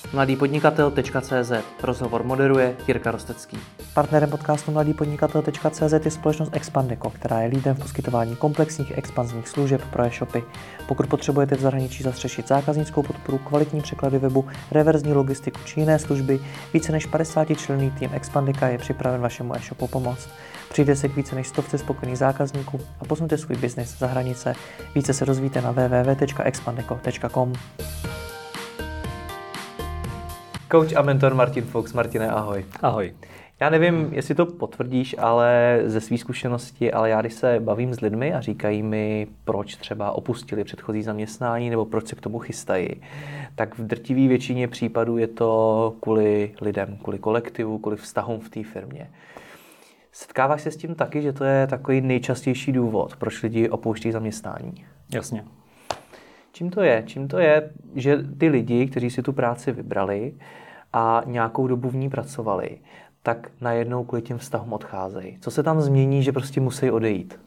mladýpodnikatel.cz. Rozhovor moderuje Jirka Rostecký. Partnerem podcastu mladýpodnikatel.cz je společnost Expandeco, která je lídrem v poskytování komplexních expanzních služeb pro e-shopy. Pokud potřebujete v zahraničí zastřešit zákaznickou podporu, kvalitní překlady webu, reverzní logistiku či jiné služby, více než 50členný tým Expandeca je připraven vašemu e-shopu pomoct. Přijde se k více než 100 spokojených zákazníků a posuňte svůj biznis za hranice. Více se dozvíte na www.expandeco.com. Coach a mentor Martin Fuchs. Martine, ahoj. Ahoj. Já nevím, jestli to potvrdíš, ale ze svých zkušeností, ale já když se bavím s lidmi a říkají mi, proč třeba opustili předchozí zaměstnání nebo proč se k tomu chystají, tak v drtivé většině případů je to kvůli lidem, kvůli kolektivu, kvůli vztahům v té firmě. Setkáváš se s tím taky, že to je takový nejčastější důvod, proč lidi opouští zaměstnání? Jasně. Čím to je? Čím to je, že ty lidi, kteří si tu práci vybrali a nějakou dobu v ní pracovali, tak najednou kvůli těm vztahům odcházejí? Co se tam změní, že prostě musí odejít?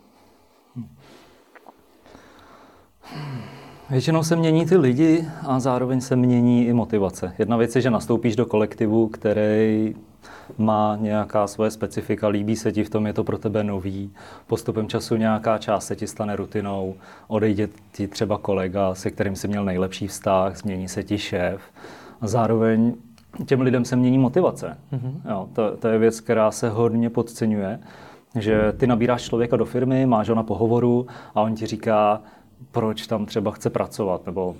Většinou se mění ty lidi a zároveň se mění i motivace. Jedna věc je, že nastoupíš do kolektivu, který má nějaká svoje specifika, líbí se ti v tom, je to pro tebe nový. Postupem času nějaká část se ti stane rutinou, odejde ti třeba kolega, se kterým jsi měl nejlepší vztah, změní se ti šéf. A zároveň těm lidem se mění motivace. Jo, to je věc, která se hodně podceňuje, že ty nabíráš člověka do firmy, máš ho na pohovoru a on ti říká, proč tam třeba chce pracovat, nebo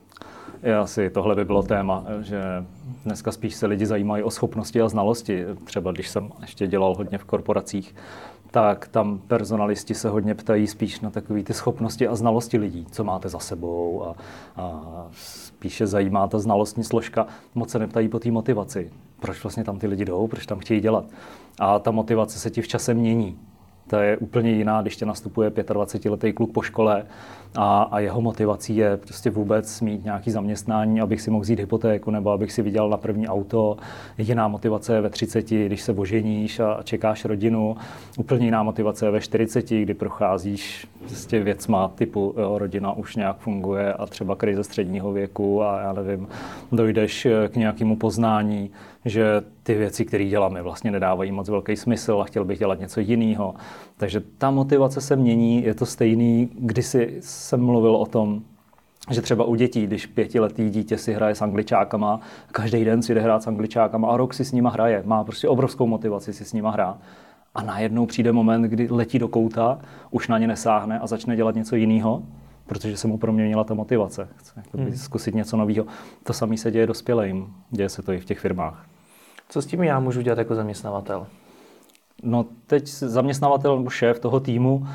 asi tohle by bylo téma, že dneska spíš se lidi zajímají o schopnosti a znalosti. Třeba když jsem ještě dělal hodně v korporacích, tak tam personalisti se hodně ptají spíš na takové ty schopnosti a znalosti lidí, co máte za sebou a spíše zajímá ta znalostní složka. Moc se neptají po té motivaci. Proč vlastně tam ty lidi jdou, proč tam chtějí dělat. A ta motivace se ti v čase mění. To je úplně jiná, když tě nastupuje 25letý kluk po škole a jeho motivací je prostě vůbec mít nějaký zaměstnání, abych si mohl vzít hypotéku nebo abych si vydělal na první auto. Jiná motivace je ve 30, když se oženíš a čekáš rodinu. Úplně jiná motivace je ve 40, kdy procházíš prostě věcma typu rodina už nějak funguje a třeba krize středního věku a já nevím, dojdeš k nějakému poznání, že ty věci, které děláme, vlastně nedávají moc velký smysl a chtěl bych dělat něco jiného. Takže ta motivace se mění, je to stejný, kdysi jsem mluvil o tom, že třeba u dětí, když 5letý dítě si hraje s Angličákama, každý den si jde hrát s Angličákama a rok si s nima hraje, má prostě obrovskou motivaci si s nima hrát. A najednou přijde moment, kdy letí do kouta, už na ně nesáhne a začne dělat něco jiného, protože se mu proměnila ta motivace. Chce zkusit něco nového. To samé se děje dospělým, děje se to i v těch firmách. Co s tím já můžu dělat jako zaměstnavatel? No teď zaměstnavatel nebo šéf toho týmu,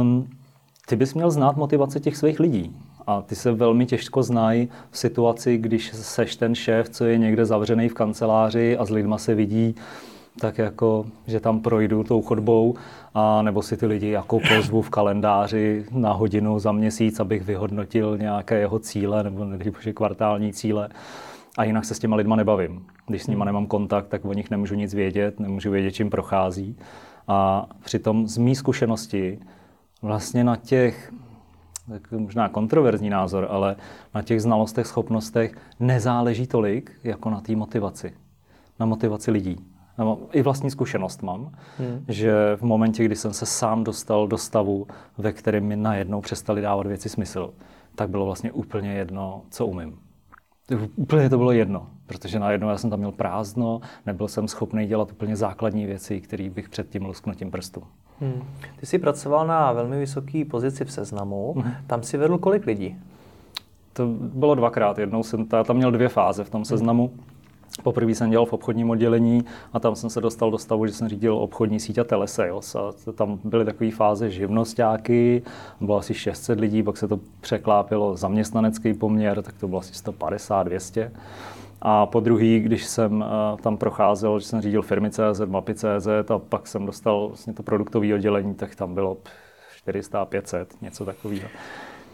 ty bys měl znát motivace těch svých lidí. A ty se velmi těžko znají v situaci, když seš ten šéf, co je někde zavřený v kanceláři a s lidma se vidí, tak jako, že tam projdu tou chodbou, a nebo si ty lidi jako pozvu v kalendáři na hodinu za měsíc, abych vyhodnotil nějaké jeho cíle nebo bože, kvartální cíle. A jinak se s těma lidma nebavím. Když s nima nemám kontakt, tak o nich nemůžu nic vědět, nemůžu vědět, čím prochází. A přitom z mý zkušenosti vlastně na těch, tak možná kontroverzní názor, ale na těch znalostech, schopnostech nezáleží tolik, jako na té motivaci. Na motivaci lidí. I vlastní zkušenost mám, že v momentě, kdy jsem se sám dostal do stavu, ve kterém mi najednou přestaly dávat věci smysl, tak bylo vlastně úplně jedno, co umím. Úplně to bylo jedno, protože najednou já jsem tam měl prázdno, nebyl jsem schopný dělat úplně základní věci, které bych před tím lusknutím prstu. Ty jsi pracoval na velmi vysoké pozici v Seznamu, tam si vedl kolik lidí? To bylo dvakrát, jednou jsem tam měl 2 fáze v tom Seznamu. Poprvé jsem dělal v obchodním oddělení a tam jsem se dostal do stavu, že jsem řídil obchodní síť a telesales. A tam byly takové fáze živnosťáky, bylo asi 600 lidí, pak se to překlápilo zaměstnanecký poměr, tak to bylo asi 150, 200. A po druhý, když jsem tam procházel, že jsem řídil firmy CZ, mapy CZ a pak jsem dostal vlastně to produktové oddělení, tak tam bylo 400, 500, něco takového.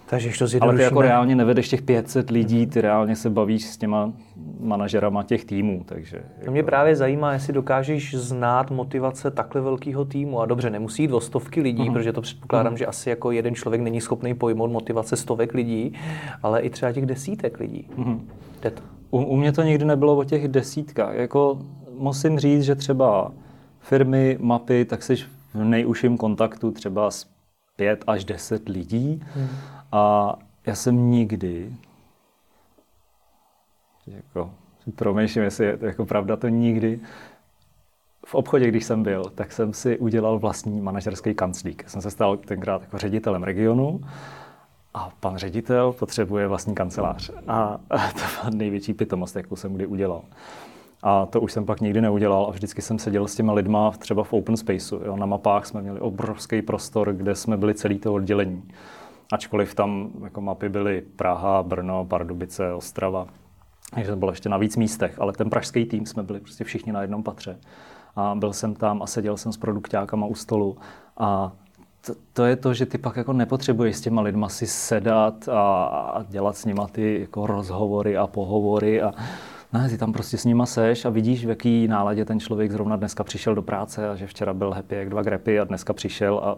Takže to ale ty jako reálně nevedeš těch 500 lidí, ty reálně se bavíš s těma manažerama těch týmů. Takže to mě právě zajímá, jestli dokážeš znát motivace takhle velkého týmu. A dobře, nemusí jít o stovky lidí, protože to předpokládám, že asi jako jeden člověk není schopný pojmout motivace stovek lidí, ale i třeba těch desítek lidí. U mě to nikdy nebylo o těch desítkách. Jako musím říct, že třeba firmy, mapy, tak jsi v nejužším kontaktu třeba s 5 až 10 lidí. A já jsem nikdy, jako promýšlím, jestli je to jako pravda, to nikdy, v obchodě, když jsem byl, tak jsem si udělal vlastní manažerský kanclík. Jsem se stal tenkrát jako ředitelem regionu a pan ředitel potřebuje vlastní kancelář. A to byla největší pitomost, jakou jsem kdy udělal. A to už jsem pak nikdy neudělal a vždycky jsem seděl s těma lidma třeba v open spaceu. Jo. Na mapách jsme měli obrovský prostor, kde jsme byli celý to oddělení. Ačkoliv tam jako mapy byly Praha, Brno, Pardubice, Ostrava. Takže jsem byl ještě na víc místech, ale ten pražský tým jsme byli prostě všichni na jednom patře. A byl jsem tam a seděl jsem s produkťákama u stolu. A to je to, že ty pak jako nepotřebuješ s těma lidma si sedat a dělat s nima ty jako rozhovory a pohovory. Ne, ty tam prostě s nima seš a vidíš, v jaký náladě ten člověk zrovna dneska přišel do práce a že včera byl happy jak 2 grepy a dneska přišel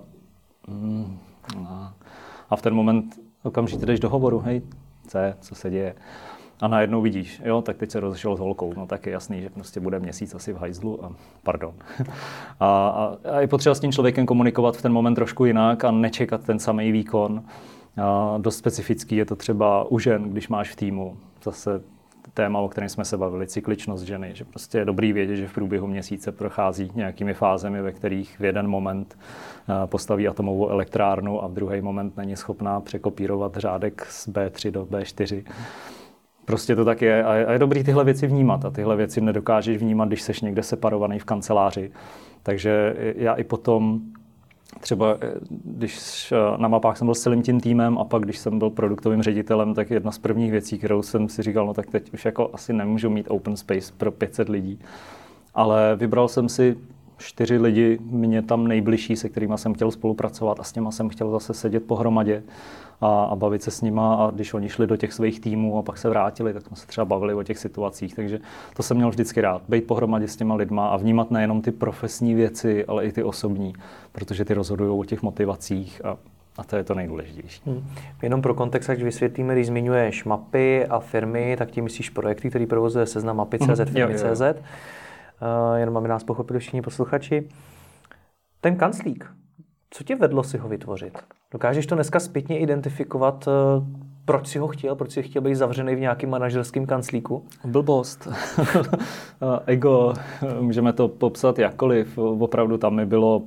a v ten moment okamžitě jdeš do hovoru, hej, co se děje. A najednou vidíš, jo, tak teď se rozešel s holkou, no tak je jasný, že prostě bude měsíc asi v hajzlu a pardon. A je potřeba s tím člověkem komunikovat v ten moment trošku jinak a nečekat ten samý výkon. Dost specifický je to třeba u žen, když máš v týmu zase téma, o kterém jsme se bavili, cykličnost ženy, že prostě je dobrý vědět, že v průběhu měsíce prochází nějakými fázemi, ve kterých v jeden moment postaví atomovou elektrárnu a v druhý moment není schopná překopírovat řádek z B3 do B4. Prostě to tak je a je dobrý tyhle věci vnímat a tyhle věci nedokážeš vnímat, když seš někde separovaný v kanceláři. Takže já i potom třeba, když na mapách jsem byl s celým tím týmem a pak, když jsem byl produktovým ředitelem, tak jedna z prvních věcí, kterou jsem si říkal, no tak teď už jako asi nemůžu mít open space pro 500 lidí. Ale vybral jsem si 4 lidi, mě tam nejbližší, se kterými jsem chtěl spolupracovat a s těma jsem chtěl zase sedět pohromadě a bavit se s nima a když oni šli do těch svých týmů a pak se vrátili, tak jsme se třeba bavili o těch situacích, takže to jsem měl vždycky rád, být pohromadě s těma lidma a vnímat nejenom ty profesní věci, ale i ty osobní, protože ty rozhodují o těch motivacích a to je to nejdůležitější. Jenom pro kontext, ať vysvětlíme, když zmiňuješ mapy a firmy, tak tím myslíš projekty, který provozuje Seznam Mapy.cz, firmy.cz. Jenom aby nás pochopili všichni posluchači. Ten kanclík, co tě vedlo si ho vytvořit? Dokážeš to dneska zpětně identifikovat, proč si ho chtěl? Proč si chtěl být zavřený v nějakém manažerském kanclíku? Blbost. Ego, můžeme to popsat jakkoliv. Opravdu tam mi bylo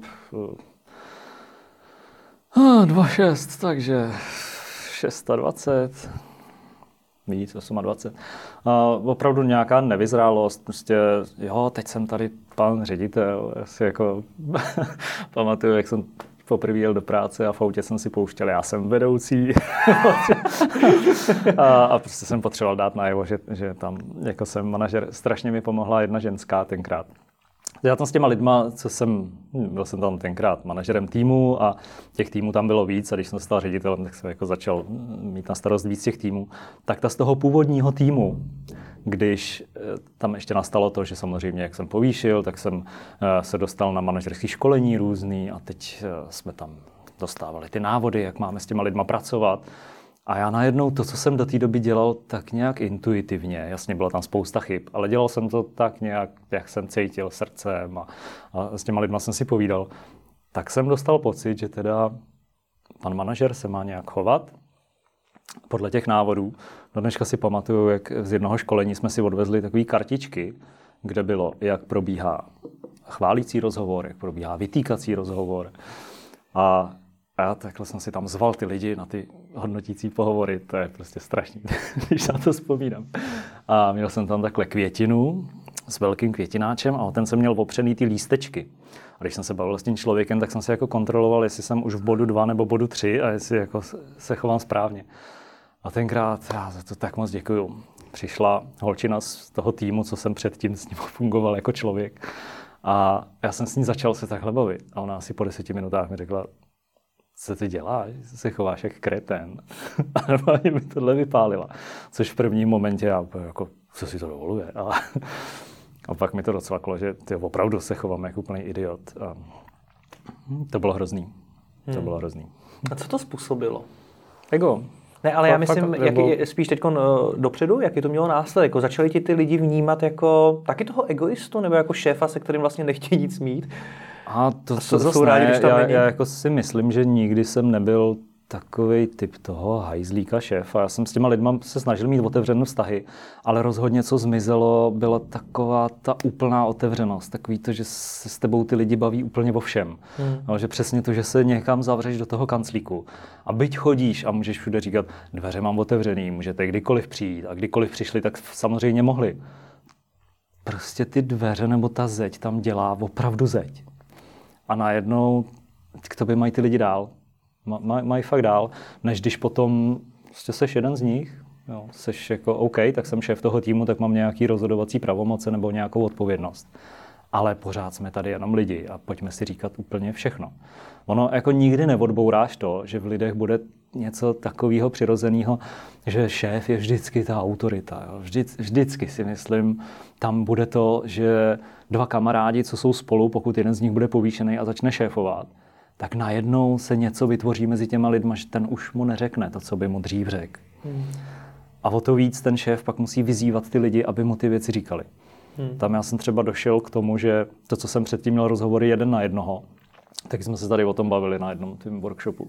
2,6, takže 26. Víc, 28. Opravdu nějaká nevyzrálost, prostě jo, teď jsem tady pan ředitel, já si jako pamatuju, jak jsem poprvé jel do práce a v autě jsem si pouštěl, já jsem vedoucí a prostě jsem potřeboval dát najevo, že tam jako jsem manažer, strašně mi pomohla jedna ženská tenkrát. Já tam s těma lidma, byl jsem tam tenkrát manažerem týmu a těch týmů tam bylo víc a když jsem stal ředitelem, tak jsem jako začal mít na starost víc těch týmů. Tak ta z toho původního týmu, když tam ještě nastalo to, že samozřejmě, jak jsem povýšil, tak jsem se dostal na manažerské školení různý a teď jsme tam dostávali ty návody, jak máme s těma lidma pracovat. A já najednou to, co jsem do té doby dělal, tak nějak intuitivně, jasně byla tam spousta chyb, ale dělal jsem to tak nějak, jak jsem cítil srdcem a s těma lidma jsem si povídal, tak jsem dostal pocit, že teda pan manažer se má nějak chovat podle těch návodů. Do dneška si pamatuju, jak z jednoho školení jsme si odvezli takové kartičky, kde bylo, jak probíhá chválící rozhovor, jak probíhá vytýkací rozhovor a já takhle jsem si tam zval ty lidi na ty hodnotící pohovory, to je prostě strašný, když na to vzpomínám. A měl jsem tam takhle květinu s velkým květináčem a o ten jsem měl opřený ty lístečky. A když jsem se bavil s tím člověkem, tak jsem se jako kontroloval, jestli jsem už v bodu 2 nebo bodu 3 a jestli jako se chovám správně. A tenkrát, já za to tak moc děkuju, přišla holčina z toho týmu, co jsem předtím s ním fungoval jako člověk. A já jsem s ní začal se takhle bavit. A ona asi po 10 minutách mi řekla, co ty děláš, se chováš jak kretén. A normálně mi tohle vypálila. Což v prvním momentě já jako, co si to dovoluje. A pak mi to docvaklo, že ty opravdu se chovám jako úplný idiot. A to bylo hrozný. To bylo hrozný. A co to způsobilo? Ego. Ne, ale já myslím, spíš teď dopředu, jaký to mělo následek. Jako začali ti ty lidi vnímat jako taky toho egoistu, nebo jako šéfa, se kterým vlastně nechtějí nic mít? A to zase rádi, já jako si myslím, že nikdy jsem nebyl takovej typ toho hajzlíka šéfa. Já jsem s těma lidma se snažil mít otevřené vztahy, ale rozhodně, co zmizelo, byla taková ta úplná otevřenost. Takový to, že se s tebou ty lidi baví úplně o všem. No, že přesně to, že se někam zavřeš do toho kanclíku a byť chodíš a můžeš všude říkat, dveře mám otevřený, můžete kdykoliv přijít a kdykoliv přišli, tak samozřejmě mohli. Prostě ty dveře nebo ta zeď tam dělá opravdu zeď. A najednou k tobě mají ty lidi dál. Mají fakt dál, než když potom prostě seš jeden z nich, jo, seš jako OK, tak jsem šéf toho týmu, tak mám nějaký rozhodovací pravomoce nebo nějakou odpovědnost. Ale pořád jsme tady jenom lidi a pojďme si říkat úplně všechno. Ono jako nikdy neodbouráš to, že v lidech bude něco takového přirozeného, že šéf je vždycky ta autorita. Jo. Vždycky si myslím, tam bude to, že dva kamarádi, co jsou spolu, pokud jeden z nich bude povýšený a začne šéfovat, tak najednou se něco vytvoří mezi těma lidma, že ten už mu neřekne to, co by mu dřív řekl. A o to víc ten šéf pak musí vyzývat ty lidi, aby mu ty věci říkali. Tam já jsem třeba došel k tomu, že to, co jsem předtím měl rozhovory 1 na 1, tak jsme se tady o tom bavili na jednom tím workshopu,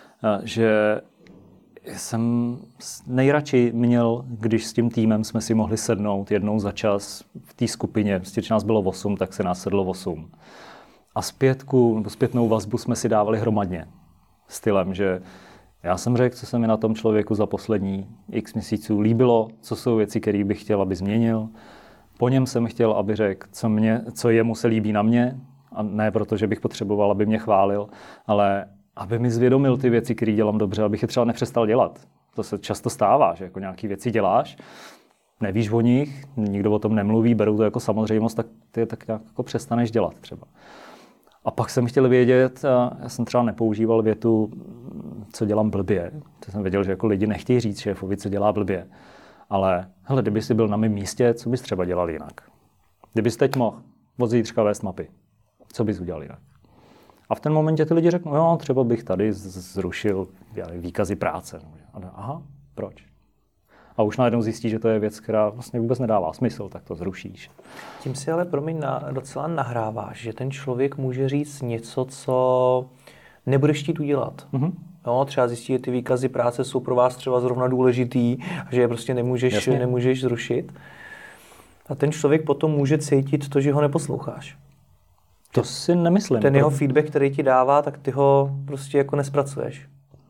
že jsem nejradši měl, když s tím týmem jsme si mohli sednout jednou za čas v té skupině, když nás bylo 8, tak se nás sedlo 8. A zpětnou vazbu jsme si dávali hromadně. Stylem, že já jsem řekl, co se mi na tom člověku za poslední x měsíců líbilo, co jsou věci, které bych chtěl, aby změnil. Po něm jsem chtěl, aby řekl, co jemu se líbí na mě. A ne proto, že bych potřeboval, aby mě chválil, ale aby mi zvědomil ty věci, které dělám dobře, abych je třeba nepřestal dělat. To se často stává, že jako nějaké věci děláš, nevíš o nich, nikdo o tom nemluví, berou to jako samozřejmost, tak ty tak nějak jako přestaneš dělat třeba. A pak jsem chtěl vědět, já jsem třeba nepoužíval větu, co dělám blbě. To jsem věděl, že jako lidi nechtějí říct šéfovi, co dělá blbě. Ale hele, kdyby jsi byl na mém místě, co bys třeba dělal jinak? Kdybys teď mohl od zítřka vést mapy, co bys udělal jinak? A v ten momentě ty lidi řeknou, jo, třeba bych tady zrušil výkazy práce. Aha, proč? A už najednou zjistí, že to je věc, která vlastně vůbec nedává smysl, tak to zrušíš. Tím si ale docela nahráváš, že ten člověk může říct něco, co nebudeš chtít udělat. No, třeba zjistí, že ty výkazy práce jsou pro vás třeba zrovna důležitý a že je prostě nemůžeš zrušit. A ten člověk potom může cítit to, že ho neposloucháš. To si nemyslím. Ten jeho feedback, který ti dává, tak ty ho prostě jako nespracuješ.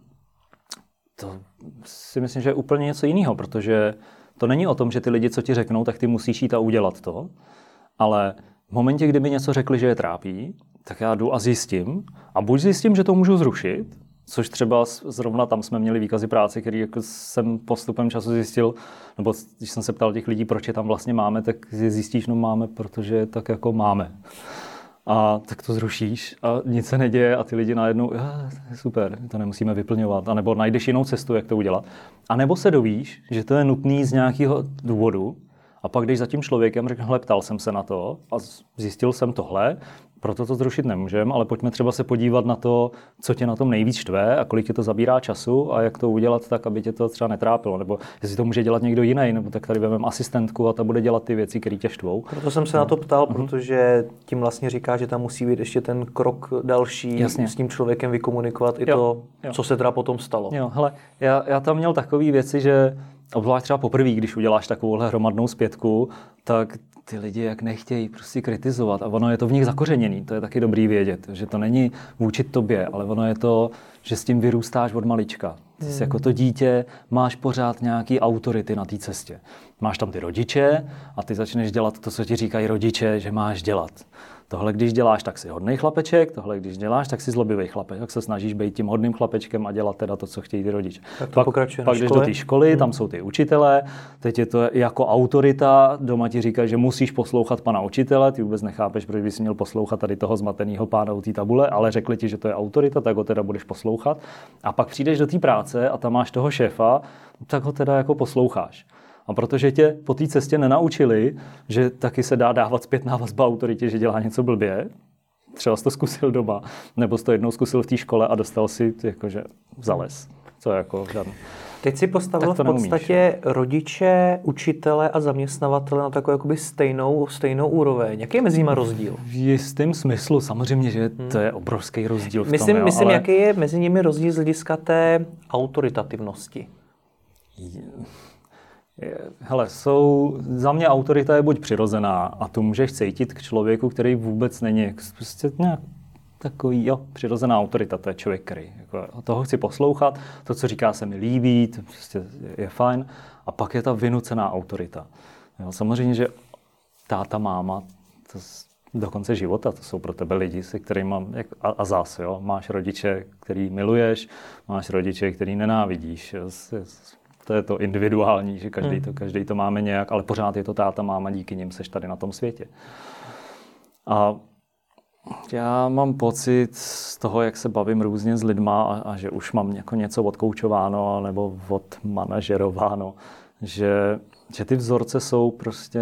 To si myslím, že je úplně něco jiného, protože to není o tom, že ty lidi, co ti řeknou, tak ty musíš jít a udělat to, ale v momentě, kdy mi něco řekli, že je trápí, tak já jdu a zjistím, a buď zjistím, že to můžu zrušit, což třeba zrovna tam jsme měli výkazy práce, který jako jsem postupem času zjistil, nebo když jsem se ptal těch lidí, proč je tam vlastně máme, tak zjistíš, no máme, protože tak jako máme. A tak to zrušíš a nic se neděje a ty lidi najednou, super, to nemusíme vyplňovat. A nebo najdeš jinou cestu, jak to udělat. A nebo se dovíš, že to je nutný z nějakého důvodu a pak když za tím člověkem řekne, hele, ptal jsem se na to a zjistil jsem tohle, proto to zrušit nemůžeme, ale pojďme třeba se podívat na to, co tě na tom nejvíc štve a kolik tě to zabírá času a jak to udělat tak, aby tě to třeba netrápilo. Nebo jestli to může dělat někdo jiný, nebo tak tady vezmeme asistentku a ta bude dělat ty věci, které tě štvou. Proto jsem se na to ptal, protože tím vlastně říká, že tam musí být ještě ten krok další, jasně, s tím člověkem vykomunikovat i to, co se teda potom stalo. Jo, hele, já tam měl takové věci, že obzvlášť třeba poprvé, když uděláš takovouhle hromadnou zpětku, tak ty lidi jak nechtějí prostě kritizovat a ono je to v nich zakořeněný, to je taky dobrý vědět, že to není vůči tobě, ale ono je to, že s tím vyrůstáš od malička. Ty jsi jako to dítě máš pořád nějaký autority na té cestě. Máš tam ty rodiče a ty začneš dělat to, co ti říkají rodiče, že máš dělat. Tohle, když děláš, tak jsi hodnej chlapeček, tohle, když děláš, tak jsi zlobivý chlapeček, tak se snažíš být tím hodným chlapečkem a dělat teda to, co chtějí ty rodiče. Pak jdeš do té školy, tam jsou ty učitelé, teď je to jako autorita, doma ti říkají, že musíš poslouchat pana učitele, ty vůbec nechápeš, proč bys měl poslouchat tady toho zmateného pána u té tabule, ale řekli ti, že to je autorita, tak ho teda budeš poslouchat. A pak přijdeš do té práce a tam máš toho šéfa, tak ho teda jako posloucháš. A protože tě po té cestě nenaučili, že taky se dá dávat zpětná vazba autoritě, že dělá něco blbě, třeba jsi to zkusil doma, nebo jsi to jednou zkusil v té škole a dostal si jakože zales. Co jako žádný. Teď si postavil v podstatě rodiče, učitele a zaměstnavatele na takovou jakoby stejnou úroveň. Jaký je mezi nimi rozdíl? V jistém smyslu, samozřejmě, že to je obrovský rozdíl v tom. Myslím, ale... jaký je mezi nimi rozdíl z hlediska té autoritativnosti? Hele, za mě autorita je buď přirozená a tu můžeš cítit k člověku, který vůbec není prostě nějak takový, přirozená autorita, to je člověk, který jako, toho chci poslouchat, to, co říká, se mi líbí, to prostě je fajn. A pak je ta vynucená autorita. Jo, samozřejmě, že táta, máma, to do konce života, to jsou pro tebe lidi, se kterými a zás, máš rodiče, který miluješ, máš rodiče, který nenávidíš. To je to individuální, že každý to máme nějak, ale pořád je to táta, máma, díky nim seš tady na tom světě. A já mám pocit z toho, jak se bavím různě s lidma a že už mám jako něco odkoučováno nebo odmanažerováno, že ty vzorce jsou prostě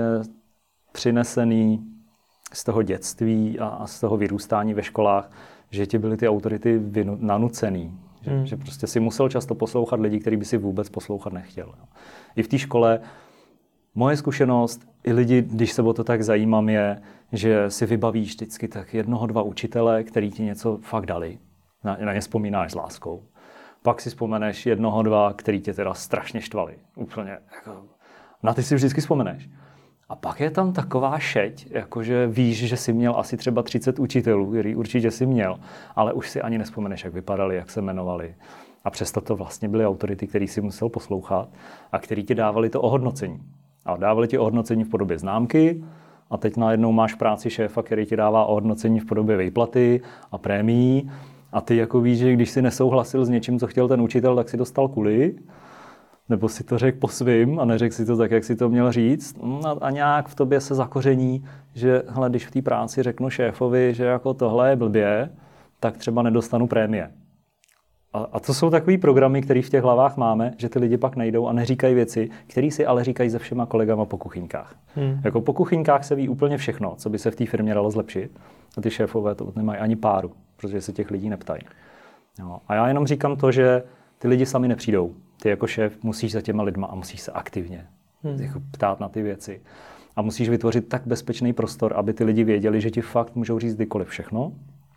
přinesený z toho dětství a z toho vyrůstání ve školách, že ti byly ty autority nanucený. Že prostě si musel často poslouchat lidi, který by si vůbec poslouchat nechtěl. I v té škole moje zkušenost, i lidi, když se o to tak zajímám, je, že si vybavíš vždycky tak 1-2 učitele, který ti něco fakt dali. Na ně vzpomínáš s láskou. Pak si vzpomeneš 1-2, který tě teda strašně štvali. Úplně jako, na ty si vždycky vzpomeneš. A pak je tam taková šeť, jakože víš, že jsi měl asi třeba 30 učitelů, který určitě jsi měl, ale už si ani nevzpomeneš, jak vypadali, jak se jmenovali. A přesto to vlastně byly autority, který si musel poslouchat a který ti dávali to ohodnocení. A dávali ti ohodnocení v podobě známky a teď najednou máš práci šéfa, který ti dává ohodnocení v podobě výplaty a prémií a ty jako víš, že když si nesouhlasil s něčím, co chtěl ten učitel, tak si dostal kuli. Nebo si to řekl po svým a neřekl si to tak, jak si to měl říct. A nějak v tobě se zakoření, že hele, když v té práci řeknu šéfovi, že jako tohle je blbě, tak třeba nedostanu prémie. A to jsou takový programy, které v těch hlavách máme, že ty lidi pak nejdou a neříkají věci, které si ale říkají se všema kolegama po kuchyňkách. Jako po kuchyňkách se ví úplně všechno, co by se v té firmě dalo zlepšit. A ty šéfové to nemají ani páru, protože se těch lidí neptají. Jo. A já jenom říkám to, že ty lidi sami nepřijdou. Ty jako šéf musíš za těma lidma a musíš se aktivně jako ptát na ty věci. A musíš vytvořit tak bezpečný prostor, aby ty lidi věděli, že ti fakt můžou říct kdykoliv všechno.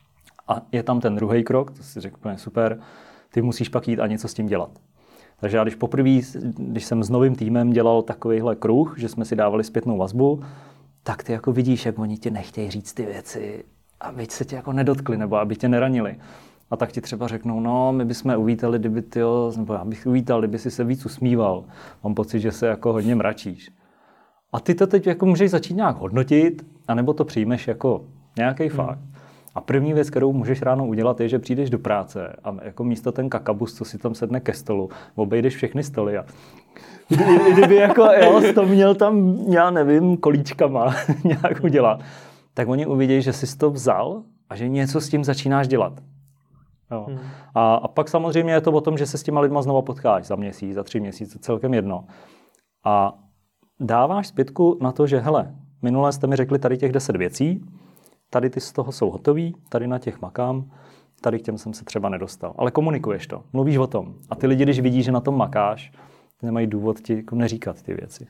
A je tam ten druhý krok, to si řekl úplně super, ty musíš pak jít a něco s tím dělat. Takže já když jsem s novým týmem dělal takovýhle kruh, že jsme si dávali zpětnou vazbu, tak ty jako vidíš, jak oni ti nechtějí říct ty věci, aby se tě jako nedotkli nebo aby tě neranili. A tak ti třeba řeknou, no, my bychom uvítali, nebo já bych uvítal, kdyby si se víc usmíval. Mám pocit, že se jako hodně mračíš. A ty to teď jako můžeš začít nějak hodnotit, anebo to přijmeš jako nějaký fakt. A první věc, kterou můžeš ráno udělat, je, že přijdeš do práce a jako místo ten kakabus, co si tam sedne ke stolu, obejdeš všechny stoly a kdyby jako, to měl tam, já nevím, kolíčkama nějak udělat, tak oni uvidí, že jsi to vzal a že něco s tím začínáš dělat. Jo. A pak samozřejmě je to o tom, že se s těma lidma znova potkáš za měsíc, za 3 měsíce, celkem jedno. A dáváš zpětku na to, že hele, minule jste mi řekli tady těch 10 věcí, tady ty z toho jsou hotový, tady na těch makám, tady k těm jsem se třeba nedostal. Ale komunikuješ to, mluvíš o tom. A ty lidi, když vidí, že na tom makáš, nemají důvod ti jako neříkat ty věci.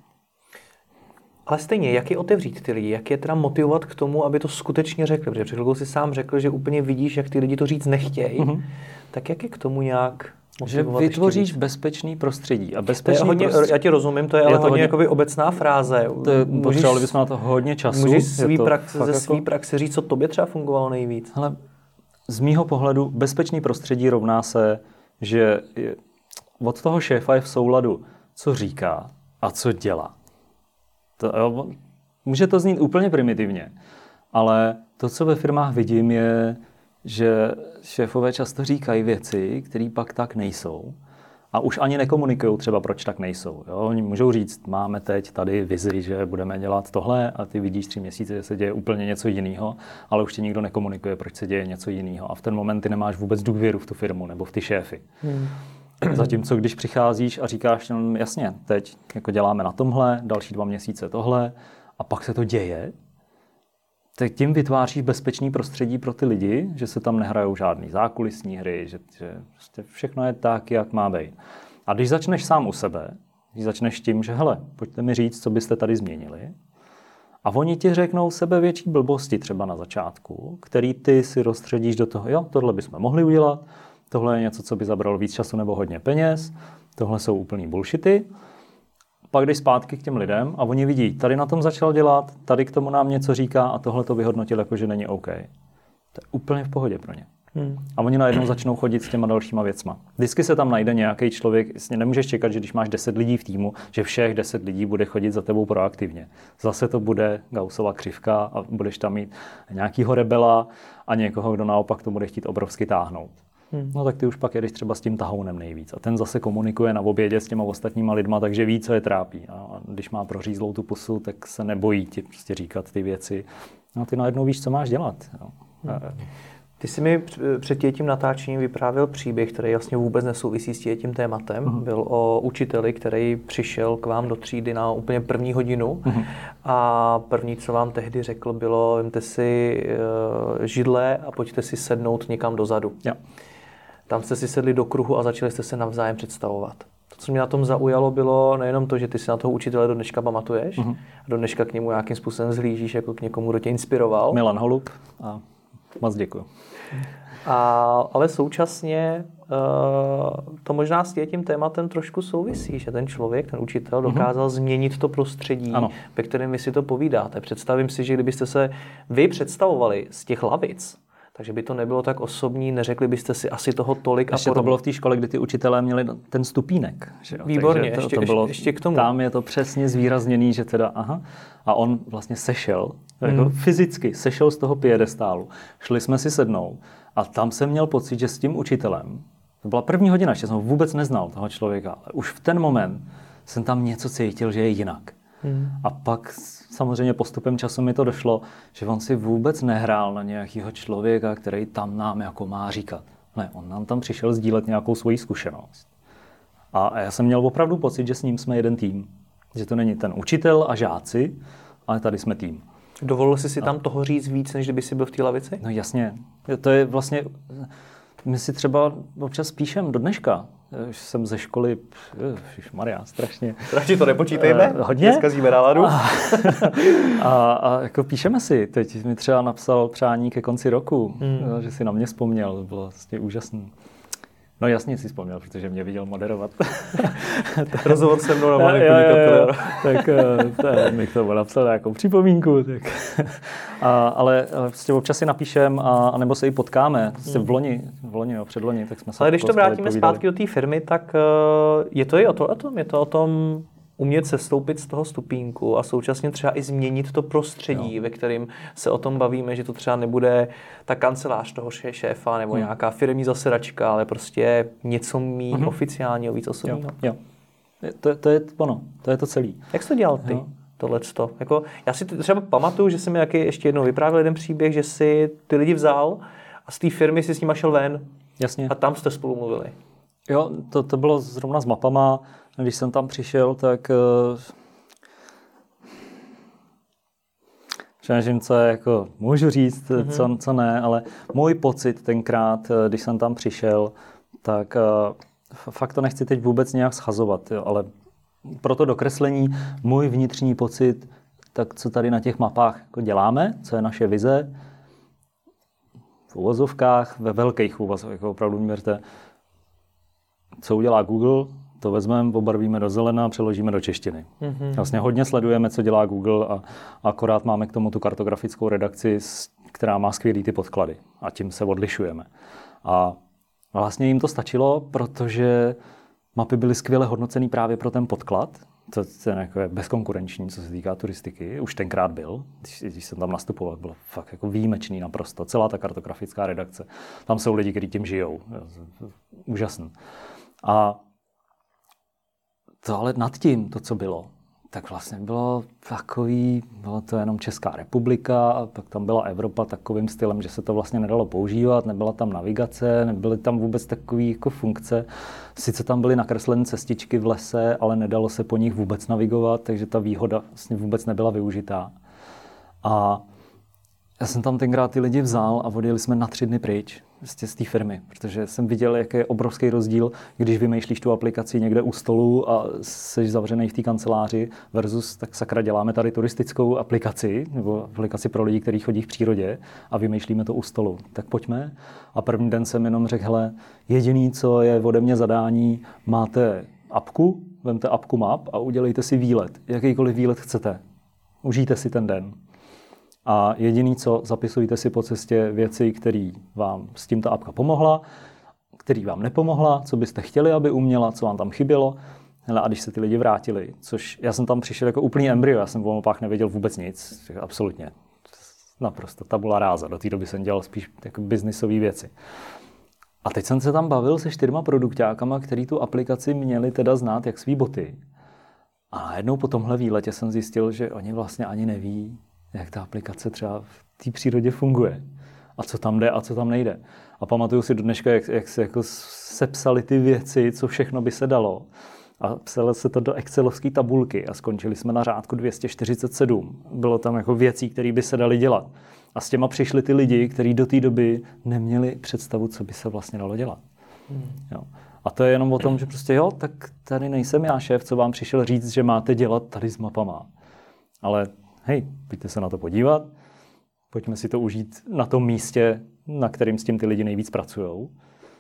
Ale stejně, jak je otevřít ty lidi, jak je teda motivovat k tomu, aby to skutečně řekli? Protože před chvilkou si sám řekl, že úplně vidíš, jak ty lidi to říct nechtějí. Tak jak je k tomu nějak motivovat? Že vytvoříš bezpečný prostředí. A já ti rozumím, to je ale hodně jakoby obecná fráze. Potřebovali bychom na to hodně času. Můžeš ze svý praxe říct, co tobě třeba fungovalo nejvíc? Hele, z mýho pohledu bezpečný prostředí rovná se, že od toho šéfa je v souladu, co říká a co dělá. Může to znít úplně primitivně, Ale to, co ve firmách vidím, je, že šéfové často říkají věci, které pak tak nejsou. A už ani nekomunikují třeba, proč tak nejsou. Jo? Oni můžou říct, máme teď tady vizi, že budeme dělat tohle a ty vidíš 3 měsíce, že se děje úplně něco jiného, ale už ti nikdo nekomunikuje, proč se děje něco jiného. A v ten moment ty nemáš vůbec důvěru v tu firmu nebo v ty šéfy. Zatímco když přicházíš a říkáš, no, jasně, teď jako děláme na tomhle, další 2 měsíce tohle a pak se to děje, tak tím vytváříš bezpečný prostředí pro ty lidi, že se tam nehrajou žádný zákulisní hry, že všechno je tak, jak má být. A když začneš sám u sebe, když začneš tím, že hele, pojďte mi říct, co byste tady změnili, a oni ti řeknou sebevětší blbosti třeba na začátku, který ty si rozstředíš do toho, jo, tohle bychom mohli udělat, tohle je něco, co by zabralo víc času nebo hodně peněz, tohle jsou úplný bullshity. Pak jdeš zpátky k těm lidem a oni vidí, tady na tom začal dělat, tady k tomu nám něco říká a tohle to vyhodnotil jako, že není OK. To je úplně v pohodě pro ně. A oni najednou začnou chodit s těma dalšíma věcma. Vždycky se tam najde nějaký člověk, nemůžeš čekat, že když máš 10 lidí v týmu, že všech 10 lidí bude chodit za tebou proaktivně. Zase to bude Gaussova křivka a budeš tam mít nějakýho rebela a někoho, kdo naopak to bude chtít obrovsky táhnout. No tak ty už pak jedeš třeba s tím tahounem nejvíc. A ten zase komunikuje na obědě s těma ostatníma lidma, takže ví, co je trápí. A když má prořízlou tu pusu, tak se nebojí ti prostě říkat ty věci. No ty najednou víš, co máš dělat. Jo. Ty jsi mi před tím natáčením vyprávěl příběh, který vlastně vůbec nesouvisí s tím tématem. Byl o učiteli, který přišel k vám do třídy na úplně první hodinu a první, co vám tehdy řekl, bylo, vemte si židle a pojďte si sednout někam dozadu. Jo. Tam jste si sedli do kruhu a začali jste se navzájem představovat. To, co mě na tom zaujalo, bylo nejenom to, že ty si na toho učitele do dneška pamatuješ, a do dneška k němu nějakým způsobem zhlížíš jako k někomu, kdo tě inspiroval. Milan Holub a moc děkuju. Ale současně to možná s tím tématem trošku souvisí, že ten člověk, ten učitel dokázal změnit to prostředí, ve kterém vy si to povídáte. Představím si, že kdybyste se vy představovali z těch lavic, takže by to nebylo tak osobní, neřekli byste si asi toho tolik. Ještě to bylo v té škole, kdy ty učitelé měli ten stupínek. Že jo? Výborně, to bylo, ještě k tomu. Tam je to přesně zvýrazněný, že teda aha. A on vlastně sešel, jako fyzicky sešel z toho piedestálu. Šli jsme si sednout a tam jsem měl pocit, že s tím učitelem, to byla první hodina, že jsem ho vůbec neznal, toho člověka, ale už v ten moment jsem tam něco cítil, že je jinak. A pak samozřejmě postupem času mi to došlo, že on si vůbec nehrál na nějakého člověka, který tam nám jako má říkat. Ne, on nám tam přišel sdílet nějakou svoji zkušenost. A já jsem měl opravdu pocit, že s ním jsme jeden tým. Že to není ten učitel a žáci, ale tady jsme tým. Dovolil jsi si tam toho říct víc, než kdyby jsi byl v té lavici? No jasně. To je vlastně... My si třeba občas píšem do dneška. Už jsem ze školy, ježišmarja, strašně. Radši to nepočítejme, hodně. Zkazíme náladu. A jako píšeme si. Teď mi třeba napsal přání ke konci roku, že si na mě vzpomněl. To bylo vlastně úžasný. No jasně si vzpomněl, protože mě viděl moderovat. Rozhovor se mnou na malém podnikatele. Tak mi k tomu napsal nějakou připomínku. Tak. Ale prostě občas si napíšem a nebo se i potkáme. Prostě v loni, předloni, tak jsme se Ale když to vrátíme povídali. zpátky do té firmy, tak je to i o tom. Je to o tom umět sestoupit z toho stupínku a současně třeba i změnit to prostředí, ve kterém se o tom bavíme, že to třeba nebude ta kancelář toho šéfa nebo nějaká firemní zasedačka, ale prostě něco méně oficiálního, víc osobního. Jo. To je ono, to je to celý. Jak jsi to dělal ty? Tohleto. Jako, já si třeba pamatuju, že jsem mi ještě jednou vyprávěl jeden příběh, že si ty lidi vzal a z té firmy si s nima šel ven. Jasně. A tam jste spolu mluvili. Jo, to bylo zrovna s mapama. Když jsem tam přišel, tak přemýšlím, co jako můžu říct, co ne, ale můj pocit tenkrát, když jsem tam přišel, tak fakt to nechci teď vůbec nějak schazovat, jo, ale pro to dokreslení můj vnitřní pocit, tak co tady na těch mapách jako děláme, co je naše vize, v uvozovkách, ve velkých uvozovkách, jako opravdu měřte, co udělá Google, to vezmeme, obarvíme do zelena a přeložíme do češtiny. Vlastně hodně sledujeme, co dělá Google a akorát máme k tomu tu kartografickou redakci, která má skvělý ty podklady a tím se odlišujeme. A vlastně jim to stačilo, protože mapy byly skvěle hodnocený právě pro ten podklad, To je jako bezkonkurenční, co se týká turistiky. Už tenkrát byl, když jsem tam nastupoval, bylo fakt jako výjimečný naprosto. Celá ta kartografická redakce. Tam jsou lidi, kteří tím žijou. Úžasný. A to ale nad tím, to, co bylo, tak vlastně bylo to jenom Česká republika, a pak tam byla Evropa takovým stylem, že se to vlastně nedalo používat, nebyla tam navigace, nebyly tam vůbec takové jako funkce. Sice tam byly nakreslené cestičky v lese, ale nedalo se po nich vůbec navigovat, takže ta výhoda vlastně vůbec nebyla využitá. A já jsem tam tenkrát ty lidi vzal a odjeli jsme na 3 dny pryč z té firmy, protože jsem viděl, jaký je obrovský rozdíl, když vymýšlíš tu aplikaci někde u stolu a jsi zavřený v té kanceláři versus tak sakra děláme tady turistickou aplikaci nebo aplikaci pro lidi, kteří chodí v přírodě a vymýšlíme to u stolu. Tak pojďme. A první den jsem jenom řekl, hele, jediný, co je ode mě zadání, máte apku, vemte apku Map a udělejte si výlet. Jakýkoliv výlet chcete. Užijte si ten den. A jediný, co zapisujte si po cestě věci, které vám s tím ta apka pomohla, který vám nepomohla, co byste chtěli, aby uměla, co vám tam chybělo. Hele, a když se ty lidi vrátili, což já jsem tam přišel jako úplný embryo, já jsem v Omopách nevěděl vůbec nic, absolutně, naprosto tabula ráza. Do té doby jsem dělal spíš jako biznisové věci. A teď jsem se tam bavil se 4 produkťákama, který tu aplikaci měli teda znát jak svý boty. A najednou po tomhle výletě jsem zjistil, že oni vlastně ani neví, jak ta aplikace třeba v té přírodě funguje. A co tam jde a co tam nejde. A pamatuju si do dneška, jak se jako sepsali ty věci, co všechno by se dalo. A psalo se to do excelovské tabulky a skončili jsme na řádku 247. Bylo tam jako věcí, které by se daly dělat. A s těma přišli ty lidi, kteří do té doby neměli představu, co by se vlastně dalo dělat. Jo. A to je jenom o tom, že prostě jo, tak tady nejsem já šéf, co vám přišel říct, že máte dělat tady s mapama. Ale hej, pojďte se na to podívat, pojďme si to užít na tom místě, na kterým s tím ty lidi nejvíc pracujou.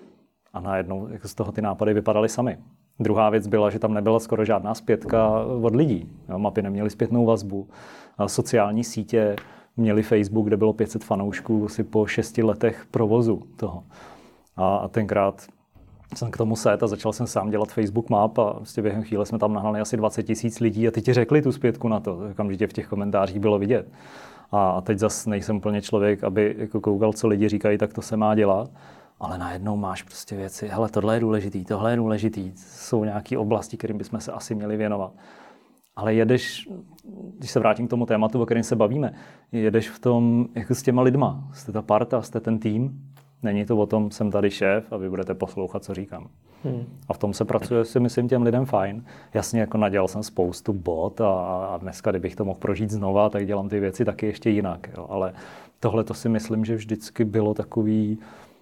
A najednou jako z toho ty nápady vypadaly sami. Druhá věc byla, že tam nebyla skoro žádná zpětka od lidí. Jo, mapy neměly zpětnou vazbu. A sociální sítě měly Facebook, kde bylo 500 fanoušků asi po 6 letech provozu toho. A tenkrát jsem k tomu set a začal jsem sám dělat Facebook Map a vlastně během chvíle jsme tam nahnali asi 20 000 lidí a ty ti řekli tu zpětku na to, okamžitě v těch komentářích bylo vidět. A teď zase nejsem úplně člověk, aby jako koukal, co lidi říkají, tak to se má dělat. Ale najednou máš prostě věci, hele, tohle je důležitý, jsou nějaké oblasti, kterým bychom se asi měli věnovat. Ale jedeš, když se vrátím k tomu tématu, o kterém se bavíme, jedeš v tom jako s těma lidma, jste ta parta, jste ten tým. Není to o tom, jsem tady šéf a vy budete poslouchat, co říkám. A v tom se pracuje, si myslím, těm lidem fajn. Jasně, jako nadělal jsem spoustu bot a dneska, kdybych to mohl prožít znova, tak dělám ty věci taky ještě jinak. Jo. Ale tohle to si myslím, že vždycky bylo takový,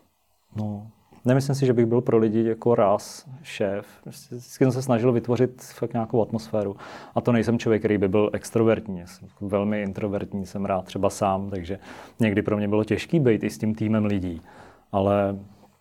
nemyslím si, že bych byl pro lidi jako ráz šéf. Vždycky jsem se snažil vytvořit fakt nějakou atmosféru. A to nejsem člověk, který by byl extrovertní. Jsem velmi introvertní, jsem rád třeba sám, takže někdy pro mě bylo těžké být i s tím týmem lidí. Ale